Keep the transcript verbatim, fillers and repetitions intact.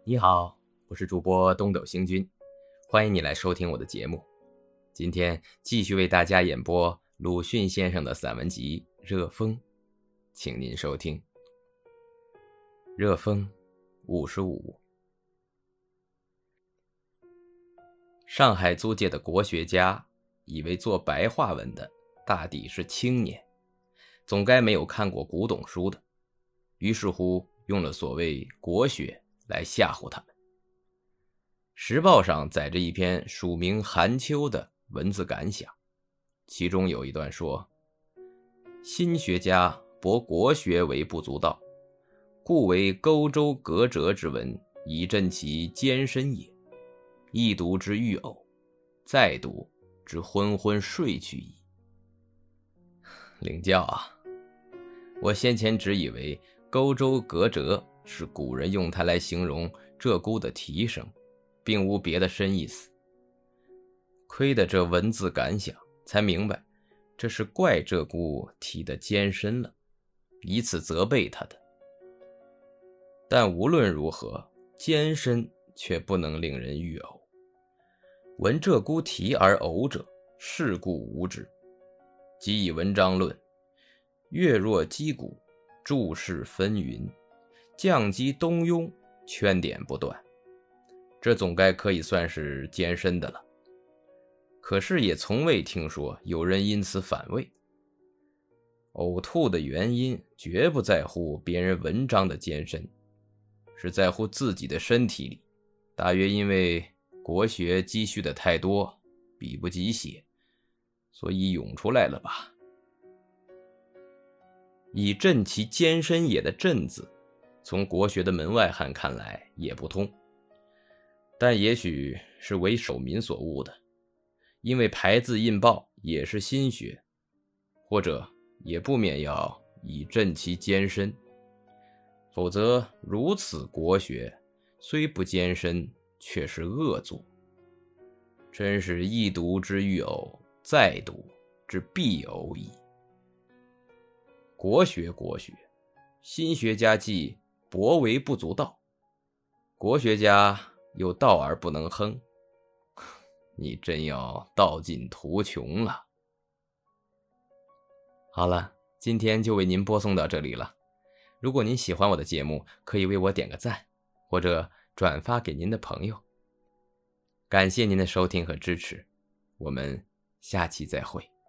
你好，我是主播东斗星君，欢迎你来收听我的节目。今天继续为大家演播鲁迅先生的散文集《热风》，请您收听。《热风》五十五。上海租界的国学家以为做白话文的大抵是青年，总该没有看过古董书的，于是乎用了所谓国学来吓唬他们。时报上载着一篇署名韩秋的文字感想，其中有一段说：新学家博国学为不足道，故为钩舟隔折之文，以振其艰深也。一读之欲呕，再读之昏昏睡去矣。领教啊！我先前只以为钩舟隔折是古人用它来形容鹧鸪的啼声，并无别的深意思。亏得这文字感想，才明白这是怪鹧鸪啼得艰深了，以此责备他的。但无论如何，艰深却不能令人欲呕。闻鹧鸪啼而呕者，是故无之。即以文章论，月若击鼓，注释纷纭，降击东庸，圈点不断，这总该可以算是艰深的了。可是也从未听说有人因此反胃。呕吐的原因绝不在乎别人文章的艰深，是在乎自己的身体里，大约因为国学积蓄的太多，笔不及写，所以涌出来了吧。以振其艰深也的振字，从国学的门外汉看来也不通，但也许是为守民所误的，因为排字印报也是新学，或者也不免要以振其艰深，否则如此国学虽不艰深，却是恶作，真是一读之欲呕，再读之必呕矣。国学国学，新学家既博为不足道，国学家又道而不能亨，你真要道尽途穷了。好了，今天就为您播送到这里了。如果您喜欢我的节目，可以为我点个赞，或者转发给您的朋友。感谢您的收听和支持，我们下期再会。